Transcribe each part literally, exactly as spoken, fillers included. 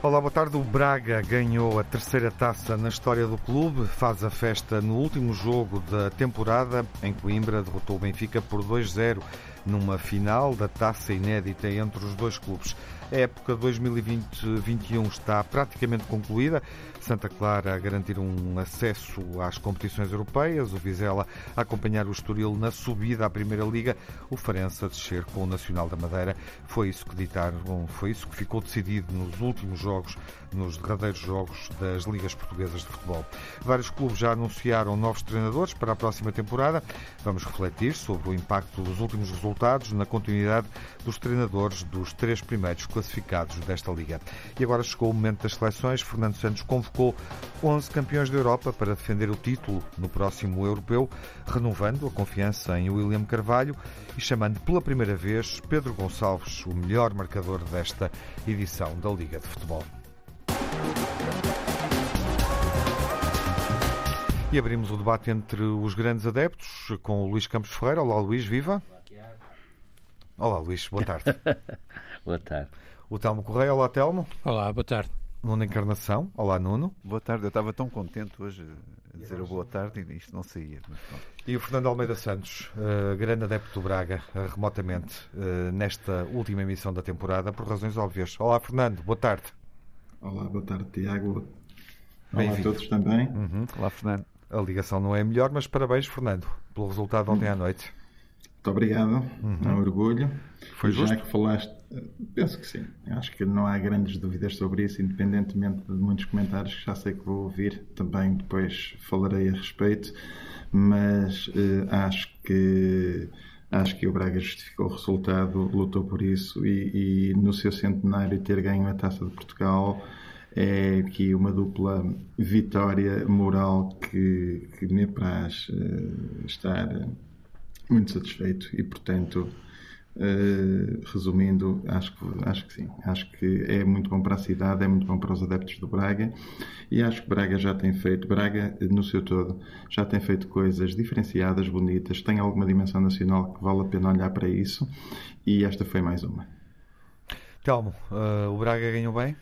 Olá, boa tarde. O Braga ganhou a terceira taça na história do clube, faz a festa no último jogo da temporada. Em Coimbra derrotou o Benfica por dois zero numa final da taça inédita entre os dois clubes. A época dois mil e vinte vinte e um está praticamente concluída. Santa Clara a garantir um acesso às competições europeias, o Vizela a acompanhar o Estoril na subida à Primeira Liga, o Farense a descer com o Nacional da Madeira. Foi isso que ditaram, foi isso que ficou decidido nos últimos jogos, nos derradeiros jogos das ligas portuguesas de futebol. Vários clubes já anunciaram novos treinadores para a próxima temporada. Vamos refletir sobre o impacto dos últimos resultados na continuidade dos treinadores dos três primeiros classificados desta liga. E agora chegou o momento das seleções. Fernando Santos convocou onze campeões da Europa para defender o título no próximo europeu, renovando a confiança em William Carvalho e chamando pela primeira vez Pedro Gonçalves, o melhor marcador desta edição da Liga de Futebol. E abrimos o debate entre os grandes adeptos com o Luís Campos Ferreira. Olá, Luís, viva! Olá, Luís, boa tarde. Boa tarde. O Telmo Correia. Olá, Telmo. Olá, boa tarde. Nuno Encarnação. Olá, Nuno. Boa tarde. Eu estava tão contente hoje a dizer o boa tarde e isto não saía. Mas e o Fernando Almeida Santos, uh, grande adepto do Braga, uh, remotamente, uh, nesta última emissão da temporada, por razões óbvias. Olá, Fernando. Boa tarde. Olá, boa tarde, Tiago. Olá a todos também. Uhum. Olá, Fernando. A ligação não é melhor, mas parabéns, Fernando, pelo resultado ontem à noite. Muito obrigado, uhum. É um orgulho. Foi justo? Já que falaste, penso que sim. Acho que não há grandes dúvidas sobre isso, independentemente de muitos comentários que já sei que vou ouvir, também depois falarei a respeito, mas eh, acho que acho que o Braga justificou o resultado, lutou por isso e, e no seu centenário ter ganho a Taça de Portugal é aqui uma dupla vitória moral que, que me apraz uh, estar muito satisfeito e, portanto, uh, resumindo, acho que, acho que sim. Acho que é muito bom para a cidade, é muito bom para os adeptos do Braga e acho que Braga já tem feito, Braga no seu todo, já tem feito coisas diferenciadas, bonitas, tem alguma dimensão nacional que vale a pena olhar para isso e esta foi mais uma. Telmo, uh, o Braga ganhou bem?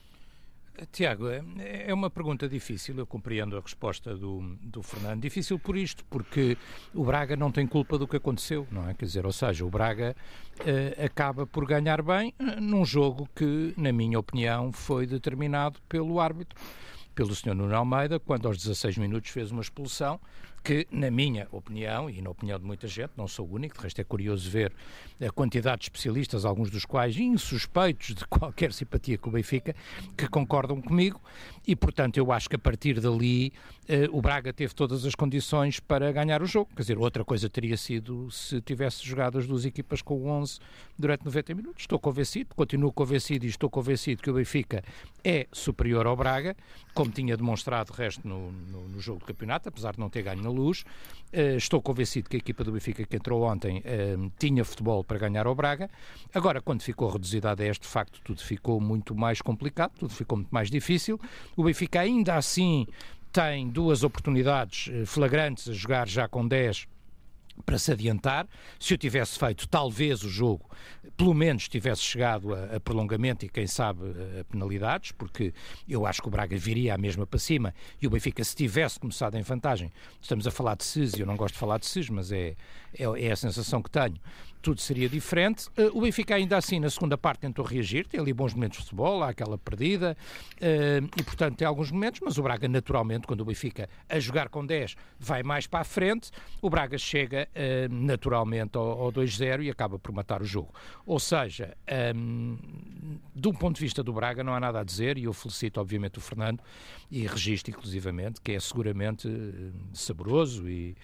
Tiago, é uma pergunta difícil, eu compreendo a resposta do, do Fernando. Difícil por isto, porque o Braga não tem culpa do que aconteceu, não é? Quer dizer, ou seja, o Braga uh, acaba por ganhar bem uh, num jogo que, na minha opinião, foi determinado pelo árbitro, pelo senhor Nuno Almeida, quando aos dezasseis minutos fez uma expulsão que, na minha opinião, e na opinião de muita gente, não sou o único, de resto é curioso ver a quantidade de especialistas, alguns dos quais insuspeitos de qualquer simpatia com o Benfica, que concordam comigo, e portanto eu acho que a partir dali eh, o Braga teve todas as condições para ganhar o jogo. Quer dizer, outra coisa teria sido se tivesse jogado as duas equipas com o onze durante noventa minutos. Estou convencido, continuo convencido e estou convencido que o Benfica é superior ao Braga, como tinha demonstrado o resto no, no, no jogo do campeonato, apesar de não ter ganho na Luz. Uh, estou convencido que a equipa do Benfica que entrou ontem uh, tinha futebol para ganhar ao Braga. Agora, quando ficou reduzida a dez, de facto, tudo ficou muito mais complicado, tudo ficou muito mais difícil. O Benfica ainda assim tem duas oportunidades uh, flagrantes a jogar já com dez para se adiantar. Se eu tivesse feito talvez o jogo, pelo menos tivesse chegado a, a prolongamento e quem sabe a, a penalidades, porque eu acho que o Braga viria à mesma para cima e o Benfica, se tivesse começado em vantagem, estamos a falar de S I S, eu não gosto de falar de S I S, mas é, é, é a sensação que tenho, tudo seria diferente. Uh, o Benfica ainda assim na segunda parte tentou reagir, tem ali bons momentos de futebol, há aquela perdida uh, e portanto tem alguns momentos, mas o Braga naturalmente, quando o Benfica a jogar com dez vai mais para a frente, o Braga chega uh, naturalmente ao, ao dois zero e acaba por matar o jogo. Ou seja, um, de um ponto de vista do Braga não há nada a dizer e eu felicito obviamente o Fernando e registro inclusivamente que é seguramente uh, saboroso e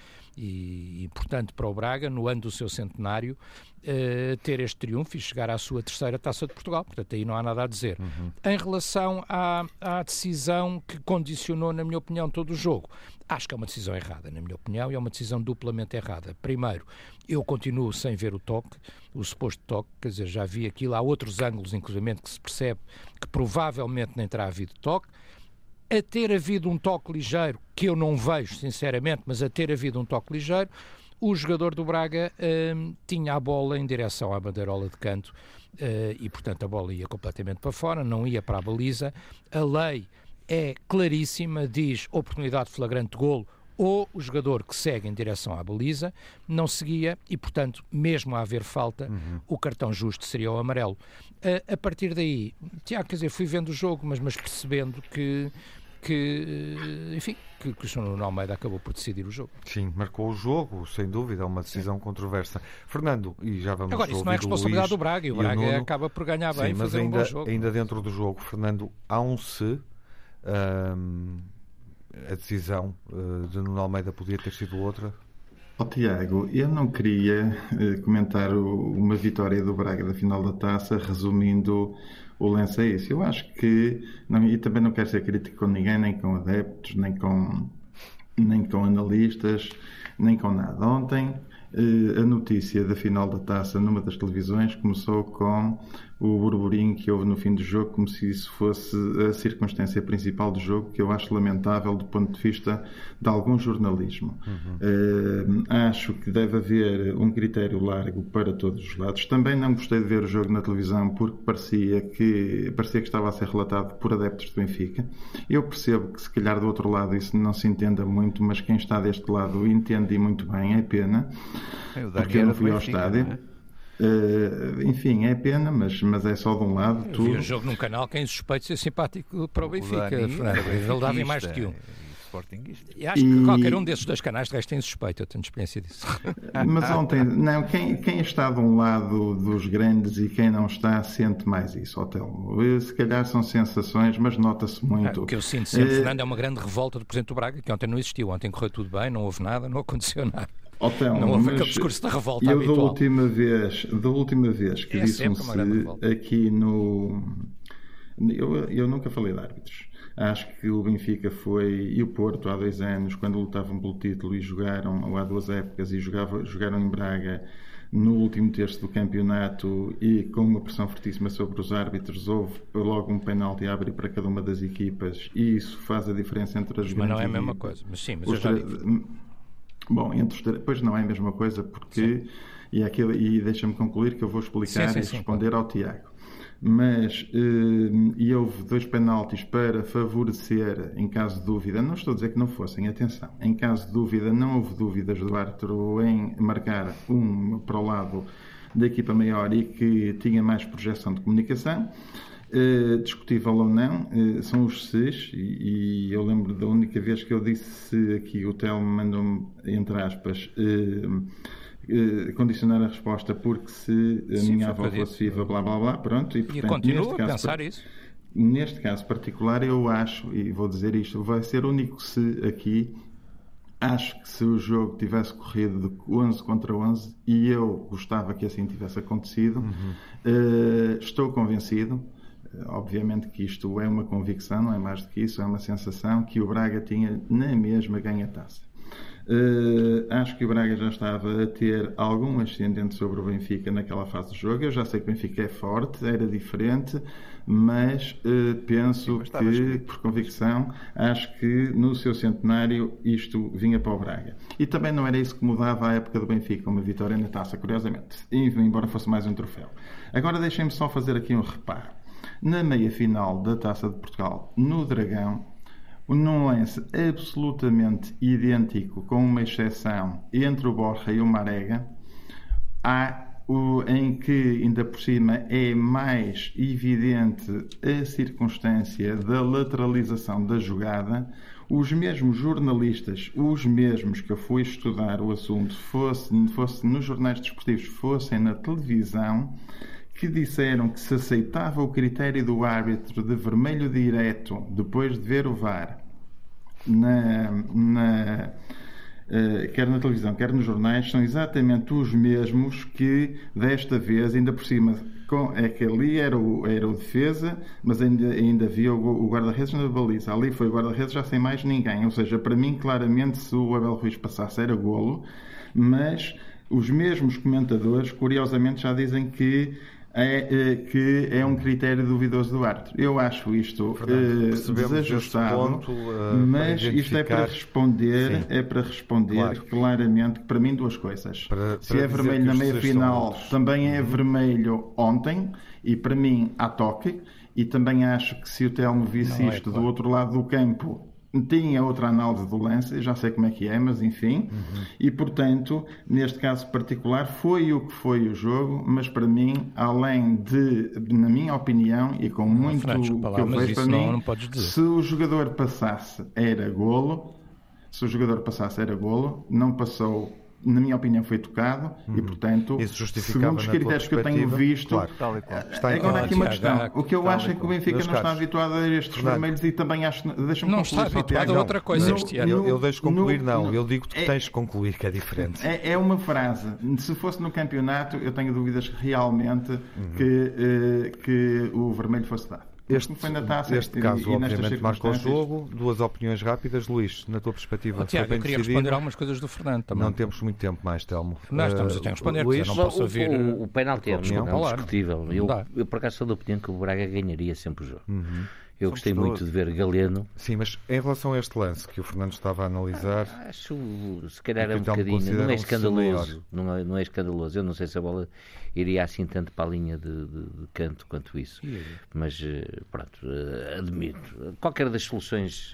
e importante para o Braga, no ano do seu centenário, uh, ter este triunfo e chegar à sua terceira Taça de Portugal. Portanto, aí não há nada a dizer. Uhum. Em relação à, à decisão que condicionou, na minha opinião, todo o jogo, acho que é uma decisão errada, na minha opinião, e é uma decisão duplamente errada. Primeiro, eu continuo sem ver o toque, o suposto toque, quer dizer, já vi aquilo, há outros ângulos, inclusive, que se percebe que provavelmente nem terá havido toque. A ter havido um toque ligeiro, que eu não vejo, sinceramente, mas a ter havido um toque ligeiro, o jogador do Braga uh, tinha a bola em direção à bandeirola de canto uh, e, portanto, a bola ia completamente para fora, não ia para a baliza. A lei é claríssima, diz oportunidade flagrante de golo ou o jogador que segue em direção à baliza, não seguia e, portanto, mesmo a haver falta, uhum. o cartão justo seria o amarelo. A, a partir daí, Tiago, quer dizer, fui vendo o jogo, mas, mas percebendo que, que enfim, que, que o senhor Nuno Almeida acabou por decidir o jogo. Sim, marcou o jogo, sem dúvida, é uma decisão Sim. controversa. Fernando, e já vamos Agora, isso não é responsabilidade do, do Braga, e o Braga Nuno, acaba por ganhar bem e fazer ainda, um bom jogo. ainda dentro do jogo, Fernando, há um se... Um, a decisão uh, de Nuno Almeida podia ter sido outra? Oh, Tiago, eu não queria uh, comentar o, uma vitória do Braga da final da Taça resumindo o lance a isso. Eu acho que, não, e também não quero ser crítico com ninguém, nem com adeptos, nem com, nem com analistas, nem com nada. Ontem uh, a notícia da final da Taça numa das televisões começou com o burburinho que houve no fim do jogo, como se isso fosse a circunstância principal do jogo, que eu acho lamentável do ponto de vista de algum jornalismo. Uhum. Uh, acho que deve haver um critério largo para todos os lados. Também não gostei de ver o jogo na televisão porque parecia que, parecia que estava a ser relatado por adeptos do Benfica. Eu percebo que se calhar do outro lado isso não se entenda muito, mas quem está deste lado entende e muito bem, é pena. Eu porque eu não fui ao estádio. Não é? Uh, enfim, é pena, mas, mas é só de um lado. Eu tu... vi o jogo num canal, quem suspeita de ser simpático para o Benfica. Ele dava em mais do que um. E acho que e... qualquer um desses dois canais de resto tem suspeita, eu tenho experiência disso. Mas ontem, não, quem, quem está de um lado dos grandes e quem não está, sente mais isso, Otelmo. Se calhar são sensações, mas nota-se muito. Ah, o que eu sinto sempre, uh... Fernando, é uma grande revolta do Presidente do Braga, que ontem não existiu. Ontem correu tudo bem, não houve nada, não aconteceu nada. Hotel, não houve aquele discurso da revolta eu habitual. Da última vez, da última vez que é disse um se aqui no... Eu, eu nunca falei de árbitros. Acho que o Benfica foi, e o Porto há dois anos, quando lutavam pelo título e jogaram, ou há duas épocas, e jogavam, jogaram em Braga no último terço do campeonato e com uma pressão fortíssima sobre os árbitros, houve logo um penalti a abrir para cada uma das equipas e isso faz a diferença entre as mas grandes não é a mesma equipas. coisa, mas sim, mas eu já digo. Bom, entre os depois não é a mesma coisa porque e, aquilo, e deixa-me concluir que eu vou explicar sim, sim, e responder sim, ao Tiago. Mas eh, e houve dois penaltis para favorecer, em caso de dúvida, não estou a dizer que não fossem, atenção, em caso de dúvida, não houve dúvidas do árbitro em marcar um para o lado da equipa maior e que tinha mais projeção de comunicação. Uh, discutível ou não, uh, são os seis e, e eu lembro da única vez que eu disse aqui, o Telmo mandou-me, entre aspas, uh, uh, condicionar a resposta porque se a Sim, minha avó fosse viva, blá blá blá, pronto. E, portanto, e continuo a caso, pensar isso. Neste caso particular, eu acho, e vou dizer isto, vai ser o único se aqui, acho que se o jogo tivesse corrido de onze contra onze e eu gostava que assim tivesse acontecido, uhum. uh, estou convencido. Obviamente que isto é uma convicção, não é mais do que isso, é uma sensação que o Braga tinha na mesma ganha-taça. Uh, acho que o Braga já estava a ter algum ascendente sobre o Benfica naquela fase do jogo. Eu já sei que o Benfica é forte, era diferente, mas uh, penso Sim, mas que, por convicção, acho que no seu centenário isto vinha para o Braga. E também não era isso que mudava a época do Benfica, uma vitória na taça, curiosamente, embora fosse mais um troféu. Agora deixem-me só fazer aqui um reparo. Na meia-final da Taça de Portugal, no Dragão, num lance absolutamente idêntico, com uma exceção entre o Borja e o Marega, há o, em que, ainda por cima, é mais evidente a circunstância da lateralização da jogada. Os mesmos jornalistas, os mesmos que eu fui estudar o assunto, fosse, fosse nos jornais desportivos, fossem na televisão, que disseram que se aceitava o critério do árbitro de vermelho direto depois de ver o V A R, na, na, uh, quer na televisão, quer nos jornais, são exatamente os mesmos que, desta vez, ainda por cima, com, é que ali era o, era o defesa, mas ainda, ainda havia o, o guarda-redes na baliza. Ali foi o guarda-redes já sem mais ninguém. Ou seja, para mim, claramente, se o Abel Ruiz passasse, era golo, mas os mesmos comentadores, curiosamente, já dizem que é, é que é um critério duvidoso do árbitro. Eu acho isto uh, desajustado, ponto, uh, mas isto é para responder, é para responder claro. claramente, para mim, duas coisas. Para, Se para é vermelho na meia-final, também é vermelho ontem, e para mim há toque, e também acho que se o Telmo visse Não, isto é, claro. do outro lado do campo, tinha outra análise do lance, já sei como é que é, mas enfim, uhum. e portanto, neste caso particular, foi o que foi o jogo, mas para mim, além de, na minha opinião, e com muito Francisco, que eu vejo para não, mim, não podes dizer. se o jogador passasse era golo, se o jogador passasse era golo, não passou. Na minha opinião foi tocado uhum. e, portanto, segundo os critérios que eu tenho visto, claro, tal e qual. Está agora aqui uma questão. O que eu acho é que o Benfica não está habituado a estes Fernando. vermelhos e também acho... Deixa-me não está habituado a outra coisa não, este ano. Eu, eu deixo concluir, no, não. no, eu digo que é, tens de concluir, que é diferente. É, é uma frase. Se fosse no campeonato, eu tenho dúvidas realmente uhum. que, uh, que o vermelho fosse dado. Este, taça, este caso, e, obviamente, e marca o jogo. Duas opiniões rápidas. Luís, na tua perspectiva, oh, Tiago, eu queria decidido. responder algumas coisas do Fernando também. Não temos muito tempo mais, Telmo. Nós estamos a ter que responder, Luís, não posso ouvir... O, o penalti é indiscutível. Eu, eu, por acaso, sou da opinião que o Braga ganharia sempre o jogo. Uhum. Eu gostei muito de ver Galeno. Sim, mas em relação a este lance que o Fernando estava a analizar... Ah, acho, se calhar é um bocadinho... Não é escandaloso. Não é, não é escandaloso. Eu não sei se a bola iria assim tanto para a linha de, de, de canto quanto isso. Mas, pronto, admito. Qualquer das soluções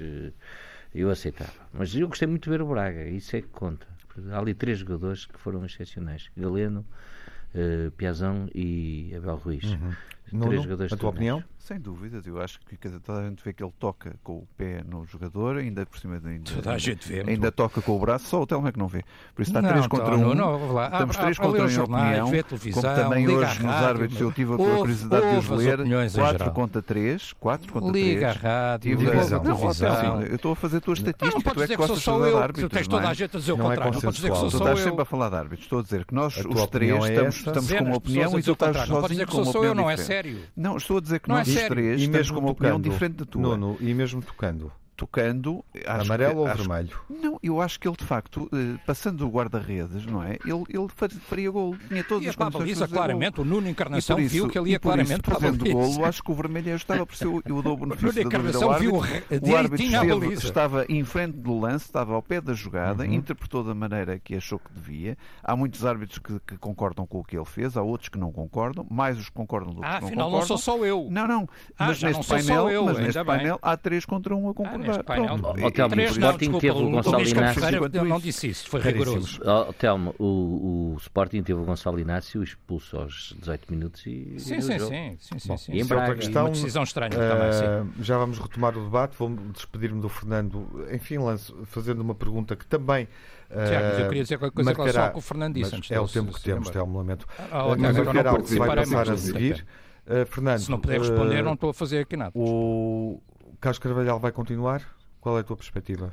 eu aceitava. Mas eu gostei muito de ver o Braga. Isso é que conta. Há ali três jogadores que foram excepcionais. Galeno, uh, Piazão e Abel Ruiz. Uhum. Três Nuno, jogadores a tua opinião? Sem dúvidas, eu acho que cada toda a gente vê que ele toca com o pé no jogador, ainda por cima de, ainda, toda a gente vê, ainda toca com o braço, só o Telmo é que não vê. Por isso está não, três contra um. Não, não, lá. Estamos há, três há, contra um em jornais, opinião. Como também hoje nos árbitros eu tive a curiosidade de os ler. quatro contra três, quatro contra três. Liga a rádio, liga a televisão. Eu estou a fazer a tua estatística, tu é que gostas de falar de árbitros. Tu tens toda a gente a dizer o contrário, não podes dizer que sou só eu. Tu estás sempre a falar de árbitros. Estou a dizer que nós, os três, estamos com uma opinião e tu estás sozinho com uma opinião não é sério. Não, estou a dizer que nós, os três, estamos com uma opinião diferente da tua. Nuno, e mesmo tocando? Tocando... Amarelo que, ou acho, vermelho? Não, eu acho que ele, de facto, passando o guarda-redes, não é? Ele, ele faria golo. Tinha todas e as condições baliza, de fazer claramente. golo. O Nuno Encarnação isso, viu que ele ia claramente para a baliza. Golo, acho que o vermelho é ajustável, por isso eu, eu dou o benefício da dúvida ao árbitro. O árbitro esteve, estava em frente do lance, estava ao pé da jogada, uhum. interpretou da maneira que achou que devia. Há muitos árbitros que, que concordam com o que ele fez, há outros que não concordam, mais os que concordam do que ah, não afinal, concordam. não sou só eu. Não, não. Ah, mas neste não painel, eu, mas neste painel há três contra um a concordar. Oh, Telmo, o Sporting teve o Gonçalo Inácio. Eu não disse isso, foi rigoroso. Oh, Telmo, o, o Sporting teve o Gonçalo Inácio expulso aos dezoito minutos e. Sim, sim, sim, sim, sim, Bom, sim. E em Braga, questão, uma decisão estranha uh, também, sim. Já vamos retomar o debate, vou despedir-me do Fernando. Enfim, lanço, fazendo uma pergunta que também. Uh, Tiago, mas eu queria dizer qualquer coisa marcará, só que o Fernando disse antes. É o tempo que temos, Telmo, lamento. Ah, oh, Tiago, marcará o que se vai passar a seguir. Uh, Fernando, se não puder responder, uh, não estou a fazer aqui nada. O Carlos Carvalhal vai continuar? Qual é a tua perspectiva?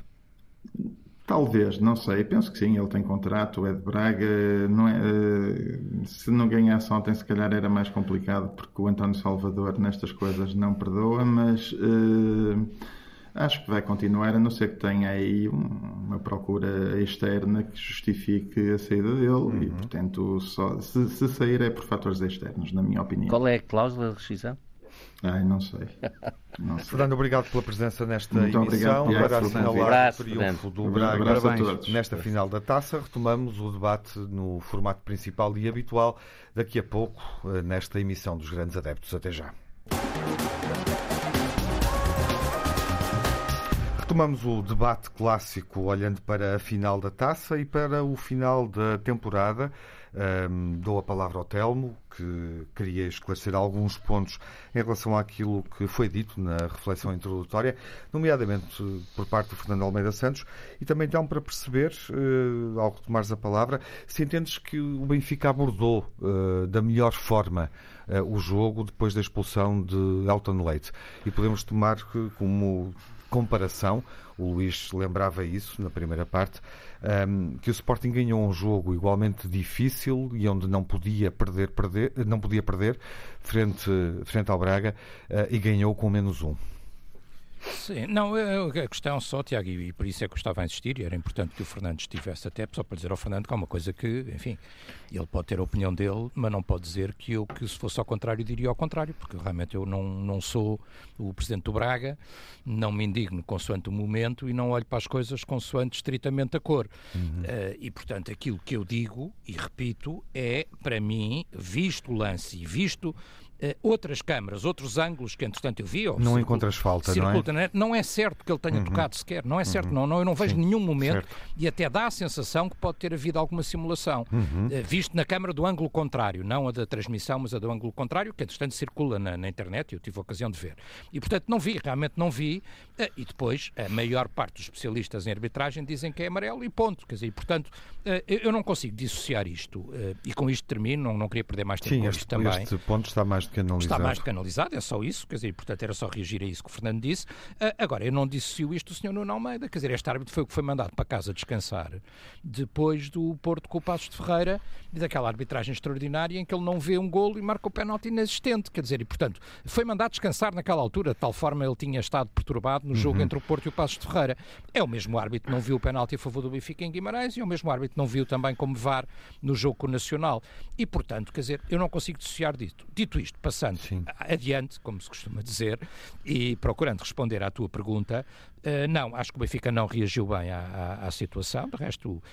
Talvez, não sei. Penso que sim, ele tem contrato, é de Braga. Não é, se não ganhasse ontem, se calhar era mais complicado, porque o António Salvador nestas coisas não perdoa, mas uh, acho que vai continuar, a não ser que tenha aí uma procura externa que justifique a saída dele uhum. e, portanto, só, se, se sair é por fatores externos, na minha opinião. Qual é a cláusula de rescisão? Ai, não sei. não sei. Fernando, obrigado pela presença nesta Muito emissão. Obrigado, para assinalar o triunfo do Braga Parabéns. nesta final da taça. Retomamos o debate no formato principal e habitual daqui a pouco, nesta emissão dos Grandes Adeptos. Até já. Retomamos o debate clássico olhando para a final da taça e para o final da temporada. Um, dou a palavra ao Telmo, que queria esclarecer alguns pontos em relação àquilo que foi dito na reflexão introdutória, nomeadamente por parte do Fernando Almeida Santos, e também Telmo, para perceber, uh, ao retomares a palavra, se entendes que o Benfica abordou uh, da melhor forma uh, o jogo depois da expulsão de Elton Leite. E podemos tomar como comparação, o Luís lembrava isso na primeira parte, um, que o Sporting ganhou um jogo igualmente difícil e onde não podia perder, perder, não podia perder frente, frente ao Braga uh, e ganhou com menos um. Sim, não, a questão só, Tiago, e por isso é que eu estava a insistir, e era importante que o Fernando estivesse até, só para dizer ao Fernando que há uma coisa que, enfim, ele pode ter a opinião dele, mas não pode dizer que eu, que se fosse ao contrário, diria ao contrário, porque realmente eu não, não sou o presidente do Braga, não me indigno consoante o momento e não olho para as coisas consoante estritamente a cor. Uhum. Uh, e, portanto, aquilo que eu digo, e repito, é, para mim, visto o lance e visto Uh, outras câmaras, outros ângulos que entretanto eu vi... Não circulo, encontras falta, não é? Né? Não é certo que ele tenha uhum. tocado sequer, não é certo, uhum. não, não, eu não vejo Sim. nenhum momento certo. E até dá a sensação que pode ter havido alguma simulação, uhum. uh, visto na câmara do ângulo contrário, não a da transmissão, mas a do ângulo contrário, que entretanto circula na, na internet e eu tive a ocasião de ver. E portanto não vi, realmente não vi, uh, e depois a maior parte dos especialistas em arbitragem dizem que é amarelo e ponto, quer dizer, e portanto uh, eu não consigo dissociar isto, uh, e com isto termino, não, não queria perder mais tempo Sim, com este, isto também. Este ponto está mais Canalizado. Está mais do que analisado, é só isso, quer dizer, portanto era só reagir a isso que o Fernando disse. Uh, agora, eu não dissocio isto do senhor Nuno Almeida, quer dizer, este árbitro foi o que foi mandado para casa descansar depois do Porto com o Passos de Ferreira e daquela arbitragem extraordinária em que ele não vê um golo e marca o penalti inexistente, quer dizer, e portanto foi mandado descansar naquela altura, de tal forma ele tinha estado perturbado no jogo uhum. entre o Porto e o Passos de Ferreira. É o mesmo árbitro que não viu o penalti a favor do Benfica em Guimarães e é o mesmo árbitro que não viu também como V A R no jogo com o Nacional. E portanto, quer dizer, eu não consigo dissociar disto. Dito isto, passando Sim. adiante, como se costuma dizer, e procurando responder à tua pergunta, uh, não, acho que o Benfica não reagiu bem à, à, à situação, de resto, uh,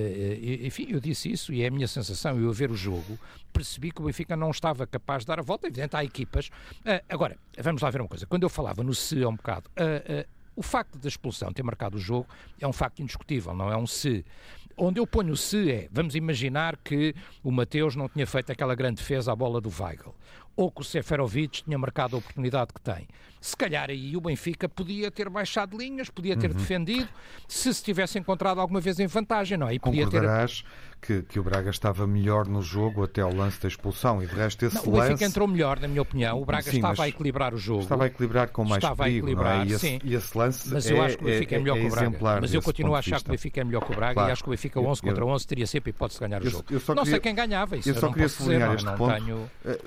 enfim, eu disse isso e é a minha sensação, eu a ver o jogo, percebi que o Benfica não estava capaz de dar a volta, evidente, há equipas. Uh, agora, vamos lá ver uma coisa, quando eu falava no se há um bocado, uh, uh, o facto da expulsão ter marcado o jogo é um facto indiscutível, não é um se. Onde eu ponho o se é, vamos imaginar que o Mateus não tinha feito aquela grande defesa à bola do Weigl, ou que o Seferovic tinha marcado a oportunidade que tem. Se calhar aí o Benfica podia ter baixado linhas, podia ter uhum. defendido, se se tivesse encontrado alguma vez em vantagem, não é? E podia Concordarás ter... que, que o Braga estava melhor no jogo até ao lance da expulsão e de resto esse não, lance... O Benfica entrou melhor, na minha opinião, o Braga Sim, estava a equilibrar o jogo. Estava a equilibrar com mais estava perigo, a equilibrar, não é? E esse, sim. e esse lance Mas eu é, acho que o Benfica é, é melhor é que o Braga. Mas eu continuo a achar que o Benfica é melhor que o Braga claro. E acho que o Benfica onze eu, contra onze teria sempre hipótese de ganhar o eu, jogo. Eu não queria, sei quem ganhava isso. Eu só eu queria dizer, sublinhar este não, ponto. Tenho...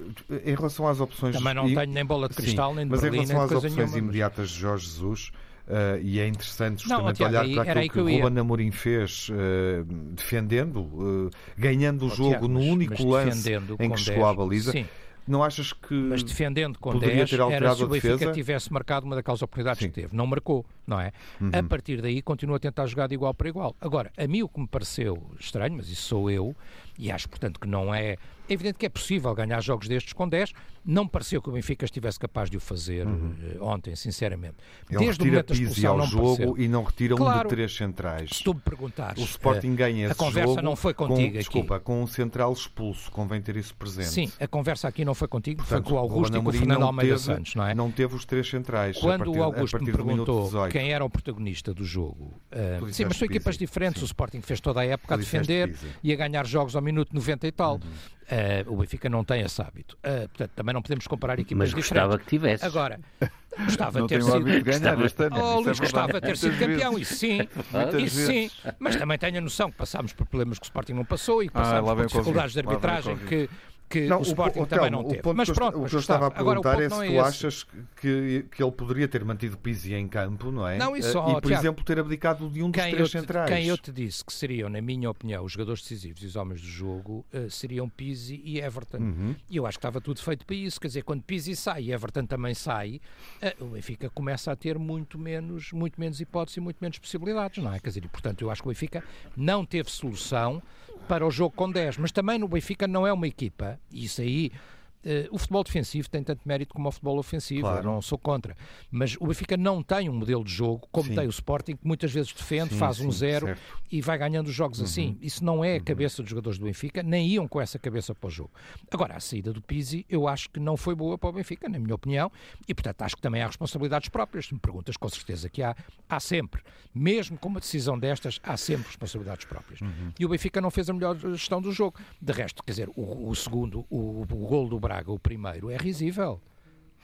Em relação às opções... Também não tenho nem bola de cristal, Sim, nem de mas Berlim, em relação nem às de coisa opções nenhuma, imediatas de Jorge Jesus, uh, e é interessante justamente não, Tiago, olhar aí, para aquilo que, que o Ruben Amorim fez, uh, defendendo, uh, ganhando o jogo Tiago, no mas, único mas lance em que chegou à baliza. Sim. Não achas que Mas defendendo com dez, era se o Benfica tivesse marcado uma daquelas oportunidades Sim. que teve. Não marcou, não é? Uhum. A partir daí continua a tentar jogar de igual para igual. Agora, a mim o que me pareceu estranho, mas isso sou eu, e acho, portanto, que não é... É evidente que é possível ganhar jogos destes com dez. Não pareceu que o Benfica estivesse capaz de o fazer uhum. uh, ontem, sinceramente. Ele Desde o momento da expulsão ao não jogo pareceu. E não retira claro, um de três centrais. Se tu me perguntares... O Sporting uh, ganha esse a conversa jogo não foi contigo com, aqui. Desculpa, com um central expulso. Convém ter isso presente. Sim, a conversa aqui não foi contigo. Portanto, foi com o Augusto e com o Fernando Almeida teve, Santos, não é? Não teve os três centrais. Quando partir, o Augusto me perguntou quem era o protagonista do jogo... Uh, sim, mas são equipas diferentes. Sim. O Sporting fez toda a época a defender e a ganhar jogos ao minuto noventa e tal. Uhum. Uh, o Benfica não tem esse hábito. Uh, portanto, também não podemos comparar equipas mas diferentes. Mas gostava que tivesse. Agora, gostava de ter sido... Ganhar este ano, oh, Luís, é gostava de ter sido campeão, isso sim. Isso sim. Vezes. Mas também tenho a noção que passámos por problemas que o Sporting não passou e que passámos ah, por dificuldades de arbitragem que... que não, o Sporting o, também Telmo, não teve. O ponto mas pronto, o mas que eu estava a perguntar agora, é se é tu esse. achas que, que ele poderia ter mantido Pizzi em campo, não é? Não, isso, uh, oh, e, por Tiago, exemplo, ter abdicado de um dos três te, centrais. Quem eu te disse que seriam, na minha opinião, os jogadores decisivos e os homens do jogo, uh, seriam Pizzi e Everton. Uhum. E eu acho que estava tudo feito para isso. Quer dizer, quando Pizzi sai e Everton também sai, uh, o Benfica começa a ter muito menos, muito menos hipóteses e muito menos possibilidades, não é? Quer dizer, e, portanto, eu acho que o Benfica não teve solução para o jogo com dez. Mas também no Benfica não é uma equipa, e isso aí... Uh, o futebol defensivo tem tanto mérito como o futebol ofensivo, claro. Eu não sou contra. Mas o Benfica não tem um modelo de jogo como sim. tem o Sporting, que muitas vezes defende, sim, faz um sim, zero certo. E vai ganhando os jogos uhum. assim. Isso não é a cabeça dos jogadores do Benfica, nem iam com essa cabeça para o jogo. Agora, a saída do Pizzi, eu acho que não foi boa para o Benfica, na minha opinião, e portanto acho que também há responsabilidades próprias. Se me perguntas, com certeza que há. Há sempre. Mesmo com uma decisão destas, há sempre responsabilidades próprias. Uhum. E o Benfica não fez a melhor gestão do jogo. De resto, quer dizer, o, o segundo, o, o golo do Braga, o primeiro, é risível.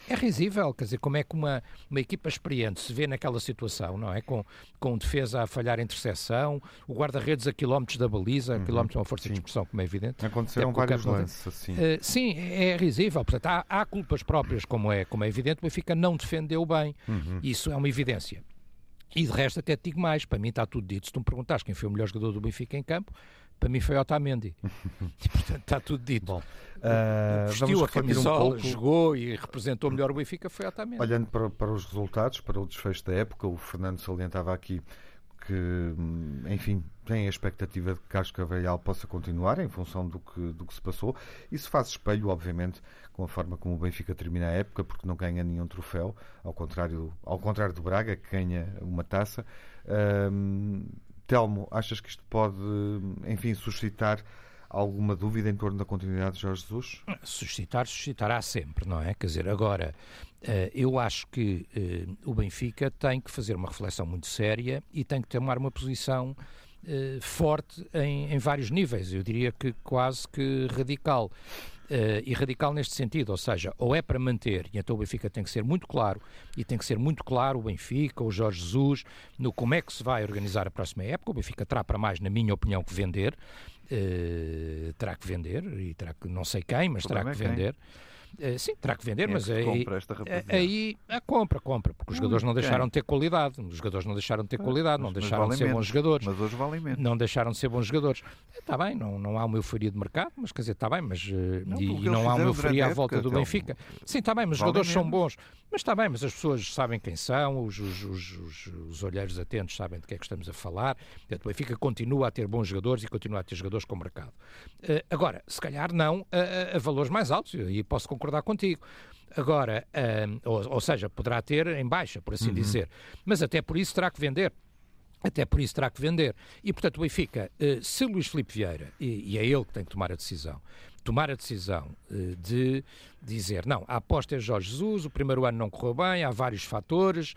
É risível, quer dizer, como é que uma, uma equipa experiente se vê naquela situação, não é? Com, com defesa a falhar a interseção, o guarda-redes a quilómetros da baliza, uhum. quilómetros é uma força sim. de expressão, como é evidente. Aconteceram vários lances assim. Uh, sim, é risível. Portanto, há, há culpas próprias, como é, como é evidente, o Benfica não defendeu bem. Uhum. Isso é uma evidência. E de resto até te digo mais, para mim está tudo dito. Se tu me perguntares quem foi o melhor jogador do Benfica em campo, para mim foi Otamendi. E, portanto, está tudo dito. Bom, uh, vestiu a camisola, um pouco... jogou e representou melhor o Benfica, foi Otamendi. Olhando para, para os resultados, para o desfecho da época, o Fernando salientava aqui que, enfim, tem a expectativa de que Carlos Carvalhal possa continuar em função do que, do que se passou. Isso faz espelho, obviamente, com a forma como o Benfica termina a época, porque não ganha nenhum troféu, ao contrário, ao contrário do Braga, que ganha uma taça. Um, Telmo, achas que isto pode, enfim, suscitar alguma dúvida em torno da continuidade de Jorge Jesus? Suscitar, suscitará sempre, não é? Quer dizer, agora, eu acho que o Benfica tem que fazer uma reflexão muito séria e tem que tomar uma posição forte em, em vários níveis, eu diria que quase que radical. Uh, e radical neste sentido, ou seja, ou é para manter, e então o Benfica tem que ser muito claro, e tem que ser muito claro o Benfica, o Jorge Jesus, no como é que se vai organizar a próxima época. O Benfica terá para mais, na minha opinião, que vender, uh, terá que vender, e terá que, não sei quem, mas terá que vender. Uh, sim, terá que vender, quem mas é que aí, compra esta aí a compra, compra, porque os hum, jogadores não deixaram de ter qualidade, os jogadores não deixaram de ter qualidade, não mas, deixaram mas de ser menos, bons jogadores, mas hoje valem menos. Não deixaram de ser bons jogadores. Está bem, não, não há uma euforia de mercado, mas quer dizer, está bem, mas não, e, e não há uma euforia à volta do Benfica. Sim, está bem, mas os jogadores são bons, mas está bem, mas as pessoas sabem quem são, os, os, os, os, os olheiros atentos sabem de que é que estamos a falar. Portanto, o Benfica continua a ter bons jogadores e continua a ter jogadores com mercado. Uh, agora, se calhar não a, a valores mais altos, e posso concordar contigo. Agora, um, ou, ou seja, poderá ter em baixa, por assim uhum. dizer, mas até por isso terá que vender. Até por isso terá que vender. E, portanto, o Benfica, uh, se Luís Filipe Vieira, e, e é ele que tem que tomar a decisão, tomar a decisão uh, de dizer, não, a aposta é Jorge Jesus, o primeiro ano não correu bem, há vários fatores,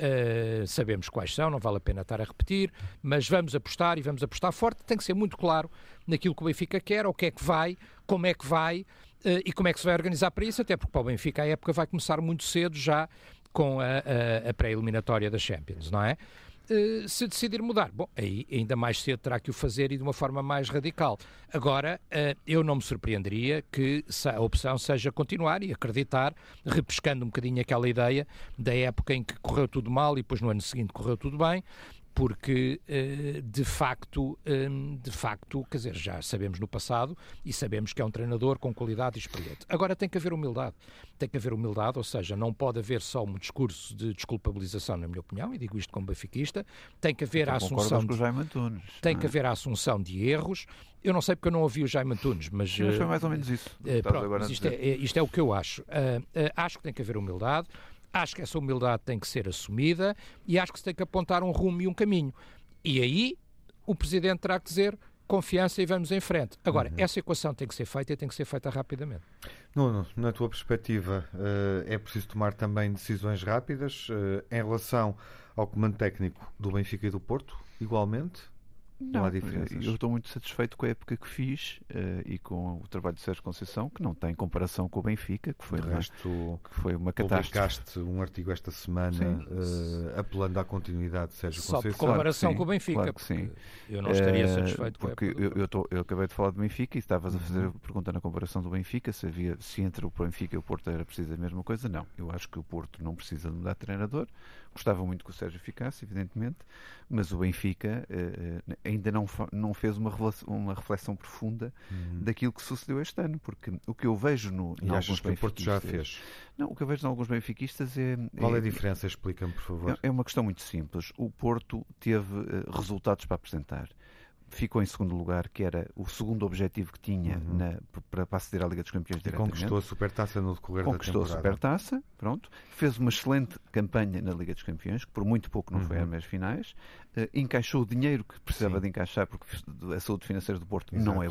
uh, sabemos quais são, não vale a pena estar a repetir, mas vamos apostar e vamos apostar forte, tem que ser muito claro naquilo que o Benfica quer, o que é que vai, como é que vai, Uh, e como é que se vai organizar para isso, até porque para o Benfica a época vai começar muito cedo já com a, a, a pré-eliminatória da Champions, não é? Uh, se decidir mudar, bom, aí ainda mais cedo terá que o fazer e de uma forma mais radical. Agora, uh, eu não me surpreenderia que a opção seja continuar e acreditar, repescando um bocadinho aquela ideia da época em que correu tudo mal e depois no ano seguinte correu tudo bem, porque, de facto, de facto, quer dizer, já sabemos no passado e sabemos que é um treinador com qualidade e experiente. Agora tem que haver humildade. Tem que haver humildade, ou seja, não pode haver só um discurso de desculpabilização, na minha opinião, e digo isto como benfiquista, tem que haver a assunção de, Jaime Antunes, tem que haver a assunção de erros. Eu não sei porque eu não ouvi o Jaime Antunes, mas... Mas foi mais ou menos isso. Uh, pronto, mas isto, é, isto é o que eu acho. Uh, uh, acho que tem que haver humildade. Acho que essa humildade tem que ser assumida e acho que se tem que apontar um rumo e um caminho. E aí o Presidente terá que dizer confiança e vamos em frente. Agora, uhum. essa equação tem que ser feita e tem que ser feita rapidamente. Nuno, na tua perspectiva, é preciso tomar também decisões rápidas em relação ao comando técnico do Benfica e do Porto, igualmente? Não, não há diferenças. Eu estou muito satisfeito com a época que fiz uh, e com o trabalho de Sérgio Conceição, que não tem comparação com o Benfica, que foi, de resto, uma, que foi uma catástrofe. Publicaste um artigo esta semana uh, apelando à continuidade de Sérgio Só Conceição. Só por comparação claro com o Benfica, claro que sim. Eu não estaria satisfeito uh, com a época. Eu, eu, tô, eu acabei de falar do Benfica e estavas a fazer a pergunta na comparação do Benfica, se, havia, se entre o Benfica e o Porto era preciso a mesma coisa. Não, eu acho que o Porto não precisa de mudar de treinador. Gostava muito que o Sérgio ficasse, evidentemente, mas o Benfica uh, ainda não, não fez uma, uma reflexão profunda uhum. daquilo que sucedeu este ano, porque o que eu vejo no, e achas que o Porto já fez? Não, o que eu vejo em alguns benfiquistas é... Qual é, é a diferença? Explica-me, por favor. É uma questão muito simples. O Porto teve uh, resultados para apresentar. Ficou em segundo lugar, que era o segundo objetivo que tinha uhum. na, para, para aceder à Liga dos Campeões diretamente. Conquistou a Supertaça no decorrer conquistou da temporada. Conquistou a Supertaça, pronto. Fez uma excelente campanha na Liga dos Campeões, que por muito pouco não uhum. foi às meias finais. Uh, encaixou o dinheiro que precisava Sim. de encaixar, porque a saúde financeira do Porto Exato. não é boa.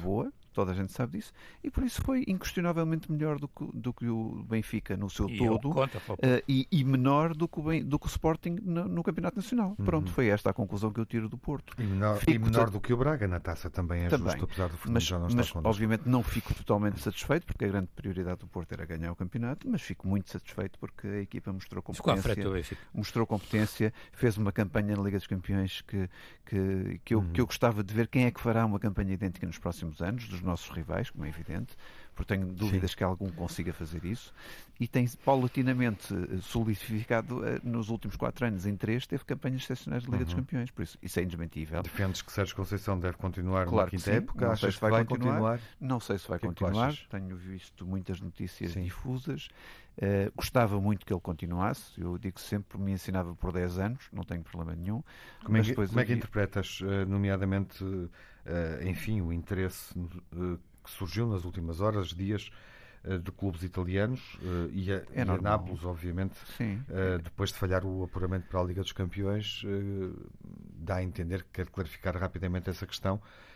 toda a gente sabe disso, e por isso foi inquestionavelmente melhor do que, do que o Benfica no seu e todo conta, uh, e, e menor do que o, do que o Sporting no, no Campeonato Nacional. Uhum. Pronto, foi esta a conclusão que eu tiro do Porto. E menor, e menor do que o Braga na taça também é também. Justo, apesar do Fernando mas, já não mas estar obviamente não fico totalmente satisfeito, porque a grande prioridade do Porto era ganhar o campeonato, mas fico muito satisfeito porque a equipa mostrou competência, mostrou competência, fez uma campanha na Liga dos Campeões que, que, que, eu, uhum. que eu gostava de ver quem é que fará uma campanha idêntica nos próximos anos, dos nossos rivais, como é evidente, porque tenho dúvidas Sim. que algum consiga fazer isso, e tem paulatinamente solidificado nos últimos quatro anos, em três, teve campanhas excepcionais da Liga uhum. dos Campeões, por isso isso é indesmentível. Defendes que Sérgio Conceição deve continuar claro na quinta sim. época? Não sei se vai, vai continuar. continuar. Não sei se vai que continuar. Que tenho visto muitas notícias sim. difusas. Uh, gostava muito que ele continuasse. Eu digo sempre, me ensinava por dez anos, não tenho problema nenhum. Como é que, como é que interpretas, nomeadamente, uh, enfim, o interesse uh, que surgiu nas últimas horas, dias, de clubes italianos uh, e, a, é e a Nápoles, obviamente, uh, depois de falhar o apuramento para a Liga dos Campeões, uh, dá a entender que quer clarificar rapidamente essa questão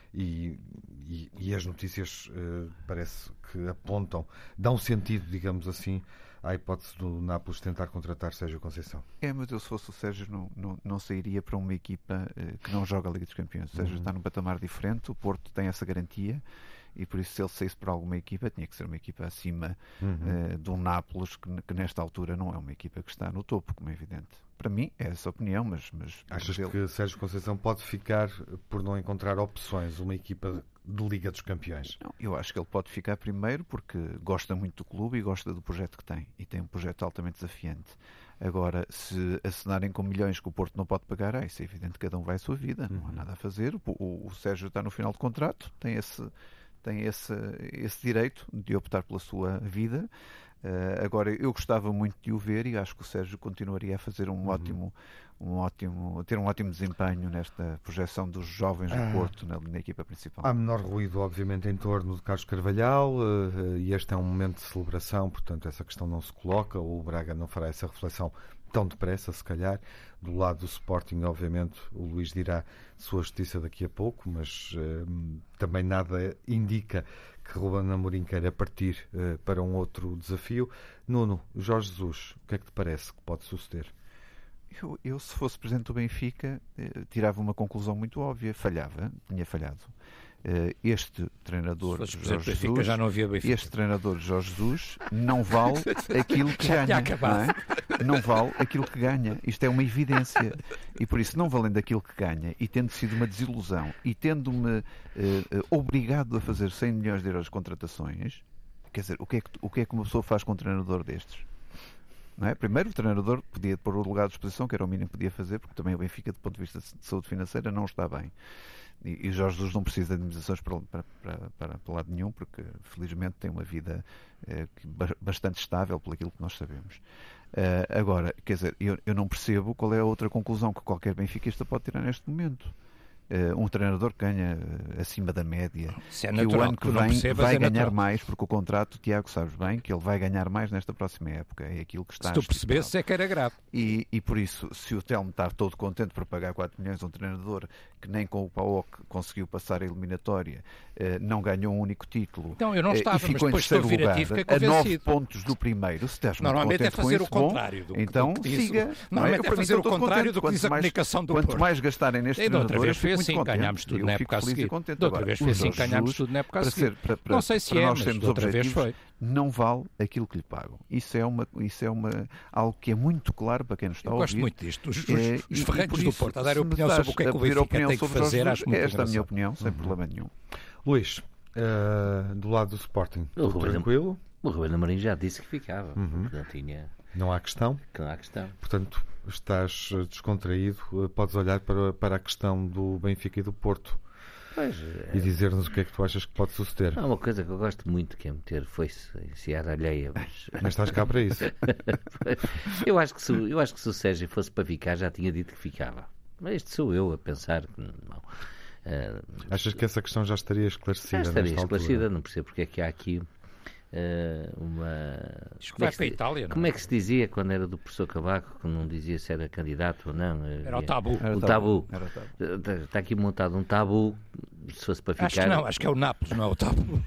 e, e, e as notícias uh, parece que apontam, dão sentido, digamos assim, à hipótese do Nápoles tentar contratar Sérgio Conceição. É, mas eu se fosse o Sérgio não, não, não sairia para uma equipa uh, que não joga a Liga dos Campeões. O Sérgio uhum. está num patamar diferente, o Porto tem essa garantia. E por isso, se ele saísse para alguma equipa, tinha que ser uma equipa acima uhum. uh, do Nápoles, que, que nesta altura não é uma equipa que está no topo, como é evidente. Para mim, é essa a opinião, mas... mas Achas ele... que Sérgio Conceição pode ficar por não encontrar opções, uma equipa de Liga dos Campeões? Não, eu acho que ele pode ficar primeiro porque gosta muito do clube e gosta do projeto que tem. E tem um projeto altamente desafiante. Agora, se assinarem com milhões que o Porto não pode pagar, ah, isso é evidente que cada um vai à sua vida, não há nada a fazer. O, o, o Sérgio está no final de contrato, tem esse... tem esse, esse direito de optar pela sua vida. Uh, agora, eu gostava muito de o ver e acho que o Sérgio continuaria a fazer um uhum. ótimo, um ótimo, ter um ótimo desempenho nesta projeção dos jovens do ah. Porto na, na equipa principal. Há menor ruído, obviamente, em torno de Carlos Carvalhal uh, e este é um momento de celebração, portanto essa questão não se coloca, o Braga não fará essa reflexão tão depressa, se calhar. Do lado do Sporting, obviamente, o Luís dirá sua justiça daqui a pouco, mas uh, também nada indica que Ruben Amorim queira partir uh, para um outro desafio. Nuno, Jorge Jesus, o que é que te parece que pode suceder? Eu, eu se fosse presidente do Benfica, eh, tirava uma conclusão muito óbvia. Falhava, tinha falhado. Uh, este treinador Jorge Jesus, já não havia Benfica. Este treinador Jorge Jesus não vale aquilo que ganha, não, é? Não vale aquilo que ganha. Isto é uma evidência e por isso não valendo aquilo que ganha e tendo sido uma desilusão e tendo-me uh, uh, obrigado a fazer cem milhões de euros de contratações, quer dizer, o que é que, o que é que uma pessoa faz com um treinador destes? Não é? Primeiro, o treinador podia pôr o lugar de exposição, que era o mínimo que podia fazer, porque também o Benfica, do ponto de vista de saúde financeira, não está bem. E, e Jorge Jesus não precisa de indemnizações para, para, para, para, para lado nenhum, porque felizmente tem uma vida eh, bastante estável, pelo aquilo que nós sabemos. Uh, agora, quer dizer, eu, eu não percebo qual é a outra conclusão que qualquer benfiquista pode tirar neste momento. Uh, um treinador que ganha uh, acima da média, é que o ano que vem percebas, vai é ganhar natural. mais, porque o contrato, Tiago, sabes bem, que ele vai ganhar mais nesta próxima época. É aquilo que está. Se tu percebesses é que era grave. E, e por isso, se o Telmo está todo contente por pagar quatro milhões a um treinador que nem com o P A O C conseguiu passar a eliminatória, uh, não ganhou um único título, então, eu não estava, uh, e ficou mas em terceiro lugar, a, a nove pontos do primeiro, se estás normalmente muito é fazer isso, o contrário bom, do, então do que diz, siga. Normalmente é, é fazer o contrário do que diz a comunicação do Quanto Porto. mais gastarem neste e treinador, outra vez foi assim, ganhámos tudo na época a seguir. Da outra vez foi assim, ganhámos tudo na época a seguir. Não sei se é, mas da outra vez foi. Não vale aquilo que lhe pagam. Isso é, uma, isso é uma, algo que é muito claro para quem nos está a ouvir. Eu gosto muito disto. Os, é, os ferrenhos do Porto a dar a opinião sobre o que é que o Benfica tem que fazer, acho muito esta é a minha opinião, sem uhum. problema nenhum. Luís, uh, do lado do Sporting, o tudo tranquilo? O Ruben Amorim já disse que ficava. Uhum. Não tinha... Não há questão? Que não há questão. Portanto, estás descontraído, podes olhar para, para a questão do Benfica e do Porto. Pois, e dizer-nos o que é que tu achas que pode suceder. Há uma coisa que eu gosto muito, que é meter foice em seara alheia. Mas... mas estás cá para isso. eu, acho que se, eu acho que se o Sérgio fosse para ficar, já tinha dito que ficava. Mas isto sou eu a pensar que não. Uh, achas que essa questão já estaria esclarecida? Já estaria esclarecida, altura? Não percebo porque é que há aqui uh, uma... Acho que vai para a Itália, não? Como é que se dizia quando era do professor Cavaco, que não dizia se era candidato ou não? Era o tabu. Era o tabu. Era tabu. Era tabu. Está aqui montado um tabu se fosse para ficar... Acho que não, acho que é o Nápoles, não é o Tábulo.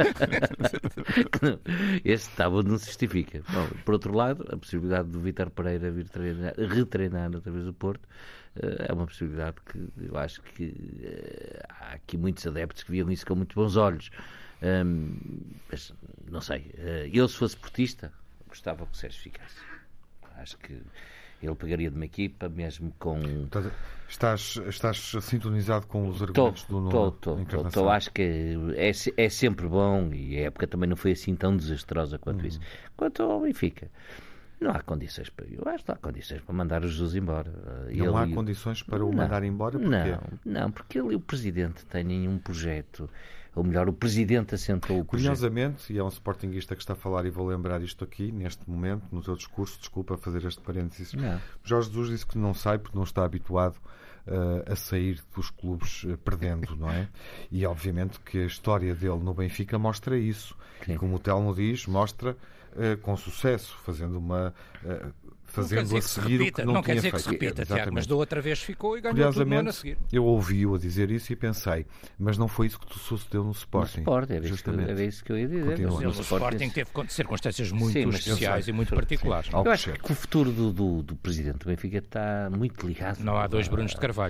Esse Tábulo não se justifica. Bom, por outro lado, a possibilidade do Vítor Pereira vir treinar, retreinar através do Porto é uma possibilidade que eu acho que há aqui muitos adeptos que viam isso com muito bons olhos. Um, mas não sei, eu se fosse portista gostava que o Sérgio ficasse. Acho que ele pegaria de uma equipa mesmo com... Estás, estás sintonizado com os argumentos tô, do Nuno? Estou, estou. Acho que é, é sempre bom, e a época também não foi assim tão desastrosa quanto hum. isso. Quanto ao Benfica, não há condições para... Eu acho que não há condições para mandar o Jesus embora. Não ele, há condições para o não, mandar embora? Porquê? Não, não, porque ele e o Presidente têm um projeto... Ou melhor, o Presidente assentou o projeto. Curiosamente, e é um sportinguista que está a falar, e vou lembrar isto aqui, neste momento, no teu discurso, desculpa fazer este parênteses, não. Jorge Jesus disse que não sai porque não está habituado uh, a sair dos clubes uh, perdendo, não é? E obviamente que a história dele no Benfica mostra isso. Sim. E como o Telmo diz, mostra uh, com sucesso, fazendo uma... Uh, fazendo a seguir o que não, não tinha quer dizer feito. Que se repita, Tiago, mas da outra vez ficou e ganhou tudo no ano a seguir. Eu ouvi-o a dizer isso e pensei, mas não foi isso que sucedeu no Sporting. No Sporting, era, isso que, era isso que eu ia dizer. Mas no, no Sporting esse... teve circunstâncias muito sim, especiais e muito particulares. Sim, eu acho que o futuro do, do, do Presidente do Benfica está muito ligado. Não há dois Brunos de Carvalho.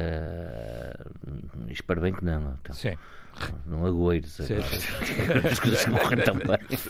Uh, espero bem que não. Então. Sim. Não agoeiros as coisas que morrem tão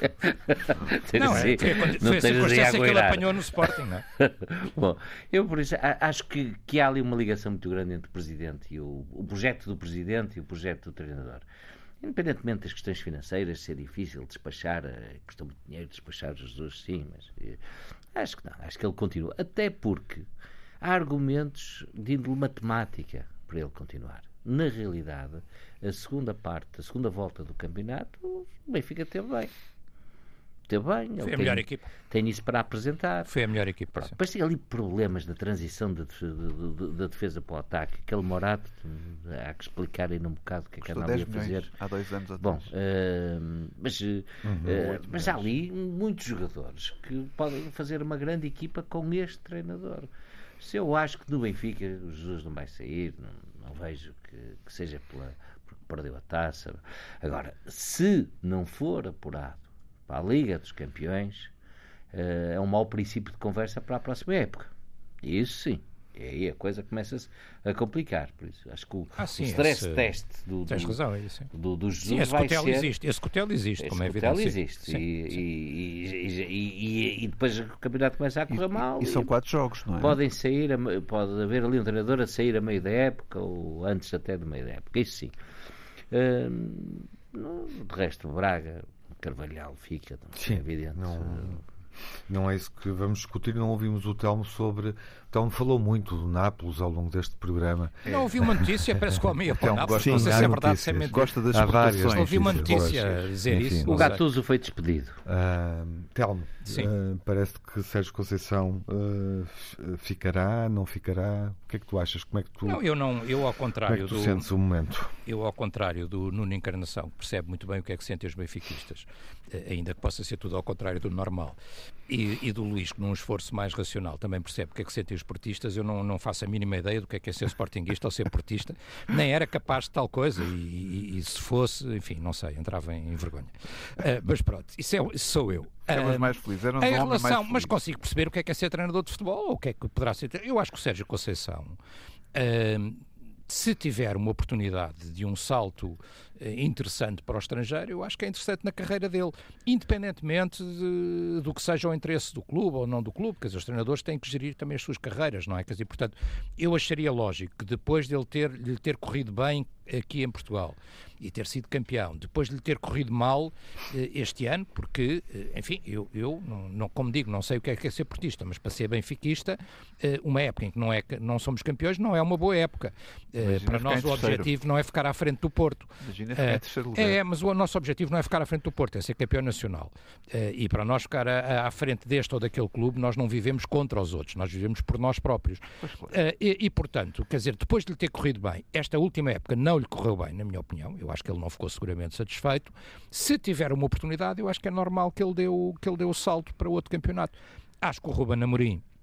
bem. Não, é, foi, a, foi a circunstância que ele apanhou no Sporting, não é? Bom, eu por isso acho que, que há ali uma ligação muito grande entre o Presidente e o, o projeto do Presidente e o projeto do treinador. Independentemente das questões financeiras, ser difícil despachar, custa muito dinheiro despachar os dois, sim, mas acho que não, acho que ele continua. Até porque há argumentos de índole matemática para ele continuar. Na realidade, a segunda parte, a segunda volta do campeonato, o Benfica teve bem. Teve bem. Foi a tem, melhor equipa. Tem isso para apresentar. Foi a melhor equipa. Depois tem ali problemas na transição da de, de, de, de defesa para o ataque. Aquele Morato, há que explicar aí num bocado o que é que andava a fazer. Há dois anos atrás. Bom, uh, mas, uhum, uh, mas há ali muitos jogadores que podem fazer uma grande equipa com este treinador. Se eu acho que no Benfica o Jesus não vai sair, não, não vejo que, que seja pela, porque perdeu a taça. Agora, se não for apurado para a Liga dos Campeões, uh, é um mau princípio de conversa para a próxima época. Isso sim. E aí a coisa começa-se a complicar. Por isso, acho que o, ah, sim, o stress esse... test do, do, Tens razão, é isso. do, do Jesus sim, esse vai cotel ser... Existe. Esse cotel existe, esse como é evidente. Esse existe. Sim, e, sim. E, e, e, e depois o campeonato começa a correr e, mal. E são quatro jogos, não é? Podem sair, pode haver ali um treinador a sair a meio da época ou antes até do meio da época. Isso sim. Hum, no, de resto, Braga, Carvalhal fica, sim, é evidente. Não... Não é isso que vamos discutir. Não ouvimos o Telmo sobre... O Telmo falou muito do Nápoles ao longo deste programa. Não ouvi uma notícia, parece que o homem ia para o Nápoles. Sim, não sei se é verdade, se é mentira. Gosta das exportações. Não ouvi uma notícia a dizer Enfim, isso. O Gattuso foi despedido. Uh, Telmo, uh, parece que Sérgio Conceição uh, ficará, não ficará? O que é que tu achas? Como é que tu... Não, eu não. Eu ao contrário Como é que tu do... sentes o momento? Eu ao contrário do Nuno Encarnação, que percebe muito bem o que é que sentem os benfiquistas, ainda que possa ser tudo ao contrário do normal, e, e do Luís, que num esforço mais racional também percebe o que é que sentem os portistas. Eu não, não faço a mínima ideia do que é que é ser sportinguista ou ser portista, nem era capaz de tal coisa, e, e, e se fosse, enfim, não sei, entrava em, em vergonha. Uh, mas pronto, isso, é, isso sou eu. Eras uh, mais feliz, era um em relação, mais feliz. Mas consigo perceber o que é que é ser treinador de futebol, ou o que é que poderá ser. Eu acho que o Sérgio Conceição, uh, se tiver uma oportunidade de um salto interessante para o estrangeiro, eu acho que é interessante na carreira dele, independentemente de, do que seja o interesse do clube ou não do clube, porque os treinadores têm que gerir também as suas carreiras, não é? Quer dizer, portanto, eu acharia lógico que depois de ele ter, lhe ter corrido bem aqui em Portugal e ter sido campeão, depois de lhe ter corrido mal este ano, porque, enfim, eu, eu não, não, como digo, não sei o que é, que é ser portista, mas para ser benfiquista, uma época em que não, é, não somos campeões não é uma boa época. Imagina, para nós o objetivo não é ficar à frente do Porto. Imagina ficar em terceiro lugar. É, mas o nosso objetivo não é ficar à frente do Porto, é ser campeão nacional. E para nós ficar à, à frente deste ou daquele clube, nós não vivemos contra os outros, nós vivemos por nós próprios. Pois, claro. E, e, portanto, quer dizer, depois de lhe ter corrido bem, esta última época não lhe correu bem, na minha opinião, eu acho que ele não ficou seguramente satisfeito. Se tiver uma oportunidade, eu acho que é normal que ele dê o, que ele dê o salto para outro campeonato. Acho que o Ruben Amorim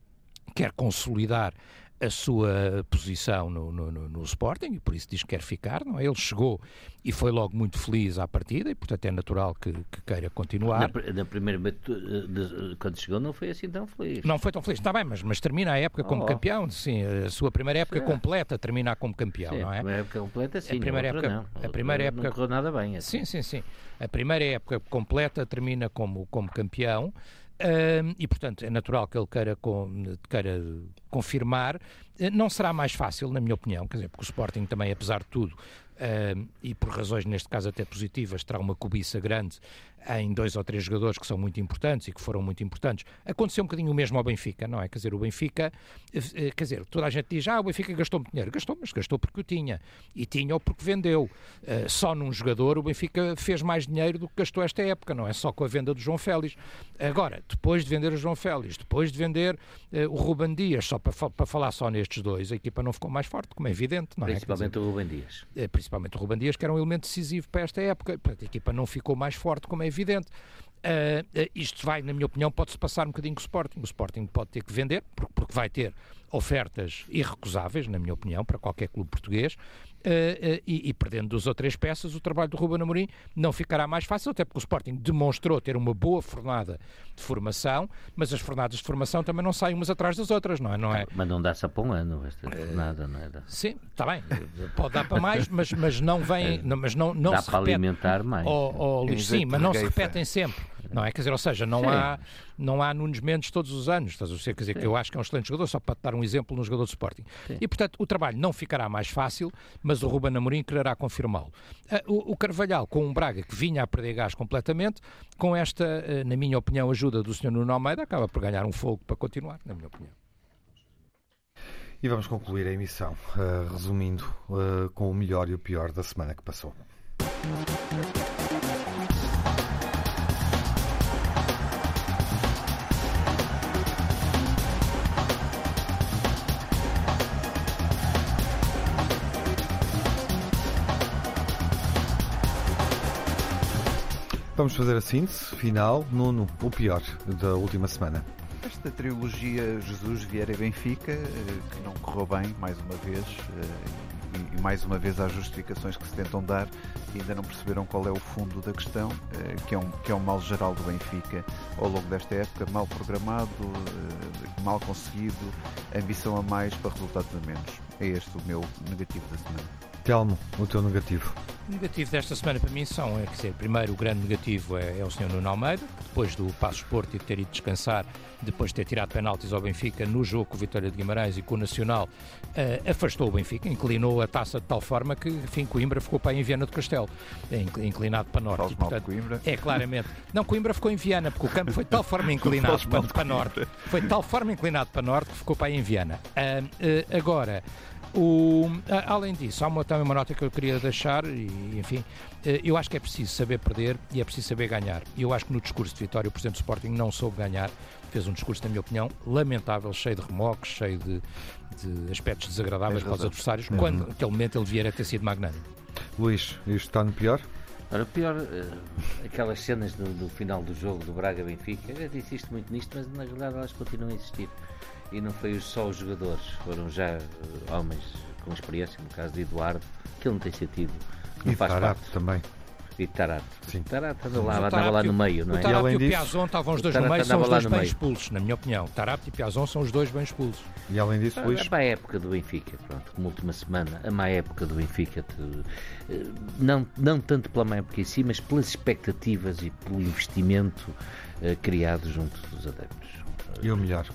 quer consolidar a sua posição no, no, no, no Sporting, e por isso diz que quer ficar, não é? Ele chegou e foi logo muito feliz à partida, e portanto é natural que, que queira continuar. Na, na primeira vez, quando chegou, não foi assim tão feliz. Não foi tão feliz, está bem, mas, mas termina a época como oh. campeão, sim, a sua primeira época sim. completa termina como campeão, sim, não é? A primeira época completa, sim, a primeira época, não. A primeira não, época não correu nada bem. Assim. Sim, sim, sim. A primeira época completa termina como, como campeão. Uh, e, portanto, é natural que ele queira, com, queira confirmar. Uh, não será mais fácil, na minha opinião, quer dizer, porque o Sporting também, apesar de tudo, uh, e por razões, neste caso, até positivas, terá uma cobiça grande em dois ou três jogadores que são muito importantes e que foram muito importantes. Aconteceu um bocadinho o mesmo ao Benfica, não é? Quer dizer, o Benfica, uh, quer dizer, toda a gente diz, ah, o Benfica gastou muito dinheiro. Gastou, mas gastou porque o tinha. E tinha-o porque vendeu. Uh, só num jogador o Benfica fez mais dinheiro do que gastou esta época, não é? Só com a venda do João Félix. Agora, depois de vender o João Félix, depois de vender uh, o Ruben Dias, só para, para falar só nestes dois, a equipa não ficou mais forte, como é evidente, não é? Principalmente dizer, o Ruben Dias. Uh, principalmente o Ruben Dias, que era um elemento decisivo para esta época. Portanto, a equipa não ficou mais forte, como é evidente. Uh, uh, isto vai, na minha opinião, pode-se passar um bocadinho com o Sporting. O Sporting pode ter que vender, porque, porque vai ter ofertas irrecusáveis, na minha opinião, para qualquer clube português. Uh, uh, e, e perdendo duas ou três peças, o trabalho do Ruben Amorim não ficará mais fácil, até porque o Sporting demonstrou ter uma boa fornada de formação, mas as fornadas de formação também não saem umas atrás das outras, não é? Não é? Mas não dá-se para um ano esta fornada, não é? Sim, está bem, pode dar para mais, mas, mas não vem, não, mas não, não dá se para repete, alimentar mais. Oh, oh, Luís, sim, mas não se repetem sempre. Não é? Quer dizer, ou seja, não há, não há Nunes Mendes todos os anos, estás a dizer, quer dizer, que eu acho que é um excelente jogador, só para te dar um exemplo no jogador do Sporting. Sim. E, portanto, o trabalho não ficará mais fácil, mas o Ruben Amorim quererá confirmá-lo. Uh, o, o Carvalhal, com um Braga que vinha a perder gás completamente, com esta, uh, na minha opinião, ajuda do senhor Nuno Almeida, acaba por ganhar um fogo para continuar, na minha opinião. E vamos concluir a emissão, uh, resumindo, uh, com o melhor e o pior da semana que passou. Vamos fazer a síntese final. Nuno, o pior da última semana. Esta trilogia Jesus, Vieira e Benfica, que não correu bem, mais uma vez, e mais uma vez há justificações que se tentam dar e ainda não perceberam qual é o fundo da questão, que é um, que é um mal geral do Benfica ao longo desta época, mal programado, mal conseguido, ambição a mais para resultados a menos. É este o meu negativo da semana. Telmo, o teu negativo? O negativo desta semana para mim são, é, quer dizer, primeiro o grande negativo é, é o senhor Nuno Almeida, depois do Passos Porto e de ter ido descansar, depois de ter tirado penaltis ao Benfica no jogo com o Vitória de Guimarães e com o Nacional, uh, afastou o Benfica, inclinou a taça de tal forma que, enfim, Coimbra ficou para aí em Viana do Castelo, inclinado para norte. E, portanto, Coimbra. É, claramente. Não, Coimbra ficou em Viana, porque o campo foi de tal forma inclinado para, para norte, foi de tal forma inclinado para norte que ficou para aí em Viana. Uh, uh, agora... O, além disso, há uma, também uma nota que eu queria deixar, e, enfim, eu acho que é preciso saber perder e é preciso saber ganhar. E eu acho que no discurso de Vitória o Presidente do Sporting não soube ganhar, fez um discurso, na minha opinião, lamentável, cheio de remoques, cheio de, de aspectos desagradáveis para os adversários, uhum. quando naquele momento ele vier a ter sido magnânimo. Luís, isto está no pior? Ora, pior, uh, aquelas cenas do, do final do jogo do Braga-Benfica, eu já disse isto muito nisto, mas na realidade elas continuam a existir. E não foi só os jogadores, foram já uh, homens com experiência, no caso de Eduardo, que ele não tem sentido. Não e faz Tarato parte. também. E Tarato. Sim. Tarato andava lá, andava lá no meio, não é? O Tarato e o disso, Piazon estavam os dois no meio, são os dois bem expulsos, na minha opinião. Tarato e Piazon são os dois bem expulsos. E além disso, Luís... A má época do Benfica, pronto, como última semana, a má época do Benfica, te, não, não tanto pela má época em si, mas pelas expectativas e pelo investimento uh, criado junto dos adeptos. E o melhor?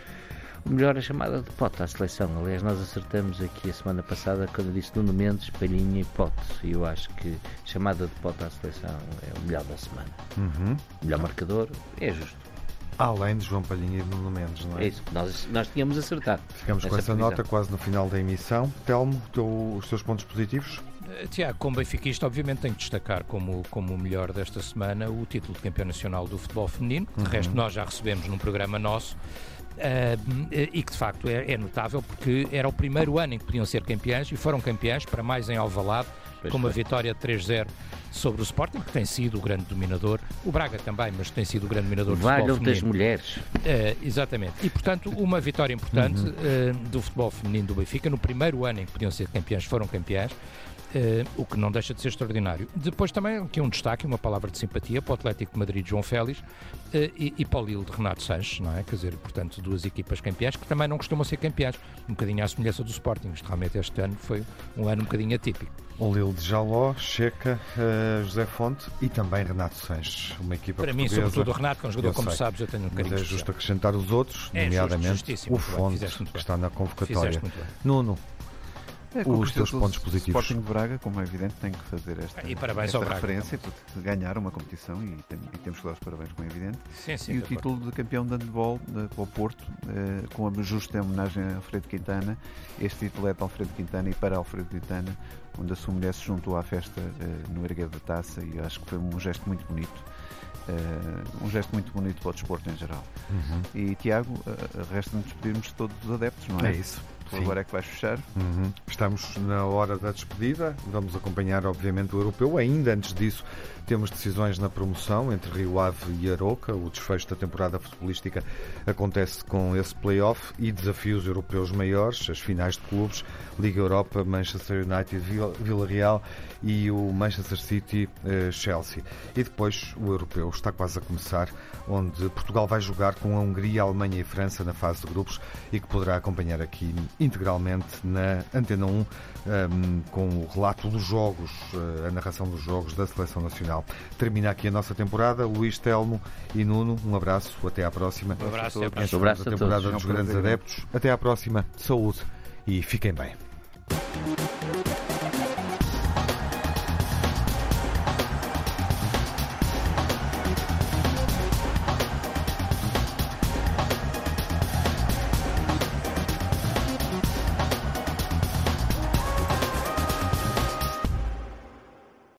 O melhor é a chamada de Pote à seleção. Aliás, nós acertamos aqui a semana passada quando eu disse Nuno Mendes, Palhinha e Pote. E eu acho que a chamada de Pote à seleção é o melhor da semana. Uhum. O melhor marcador é justo. Além de João Palhinha e Nuno Mendes, não é? É isso, nós, nós tínhamos acertado. Ficamos com essa previsão. Nota quase no final da emissão. Telmo, teu, os teus pontos positivos? Tiago, como benfiquista, obviamente tenho que destacar como, como o melhor desta semana o título de campeão nacional do futebol feminino. De uhum. resto, nós já recebemos num programa nosso. Uh, e que de facto é, é notável porque era o primeiro ano em que podiam ser campeãs e foram campeãs, para mais em Alvalade, pois com uma foi. vitória de três zero sobre o Sporting, que tem sido o grande dominador. O Braga também, mas tem sido o grande dominador do futebol feminino. das mulheres. É, exatamente. E, portanto, uma vitória importante uhum. uh, do futebol feminino do Benfica. No primeiro ano em que podiam ser campeãs, foram campeãs. Uh, o que não deixa de ser extraordinário. Depois também aqui um destaque, uma palavra de simpatia para o Atlético de Madrid de João Félix uh, e, e para o Lille de Renato Sanches, não é? Quer dizer, portanto, duas equipas campeãs que também não costumam ser campeãs, um bocadinho à semelhança do Sporting. Realmente este ano foi um ano um bocadinho atípico. O Lille de Jaló, Checa, uh, José Fonte e também Renato Sanches, uma equipa para portuguesa. Para mim, sobretudo o Renato, que é um jogador, como sabes, eu tenho um carinho. Mas é justo acrescentar os outros, é nomeadamente justo, o Fonte, que está na convocatória. Nuno, É, os teus pontos positivos. Sporting de Braga, como é evidente, tem que fazer esta, e parabéns esta ao Braga, referência, porque ganhar uma competição e, tem, e temos que dar os parabéns, como é evidente. Sim, sim, e o título de campeão de handball para o Porto, eh, com a justa homenagem a Alfredo Quintana. Este título é de Alfredo Quintana e para Alfredo Quintana, onde a sua mulher se juntou à festa eh, no erguer da taça, e acho que foi um gesto muito bonito. Uh, um gesto muito bonito para o desporto em geral. Uhum. E Tiago, uh, resta-nos despedirmos de todos os adeptos, não é? É isso. Tu agora é que vais fechar. Uhum. Estamos na hora da despedida. Vamos acompanhar, obviamente, o europeu. Ainda antes disso, temos decisões na promoção entre Rio Ave e Aroca. O desfecho da temporada futebolística acontece com esse play-off e desafios europeus maiores, as finais de clubes, Liga Europa, Manchester United, Vila Real e o Manchester City, Chelsea. E depois o europeu está quase a começar, onde Portugal vai jogar com a Hungria, a Alemanha e França na fase de grupos e que poderá acompanhar aqui integralmente na Antena um, um, com o relato dos jogos, a narração dos jogos da Seleção Nacional. Termina aqui a nossa temporada. Luís, Telmo e Nuno, um abraço. Até à próxima. Um abraço. Até à próxima. Um abraço a temporada todos. dos grandes adeptos. Até à próxima. Saúde e fiquem bem.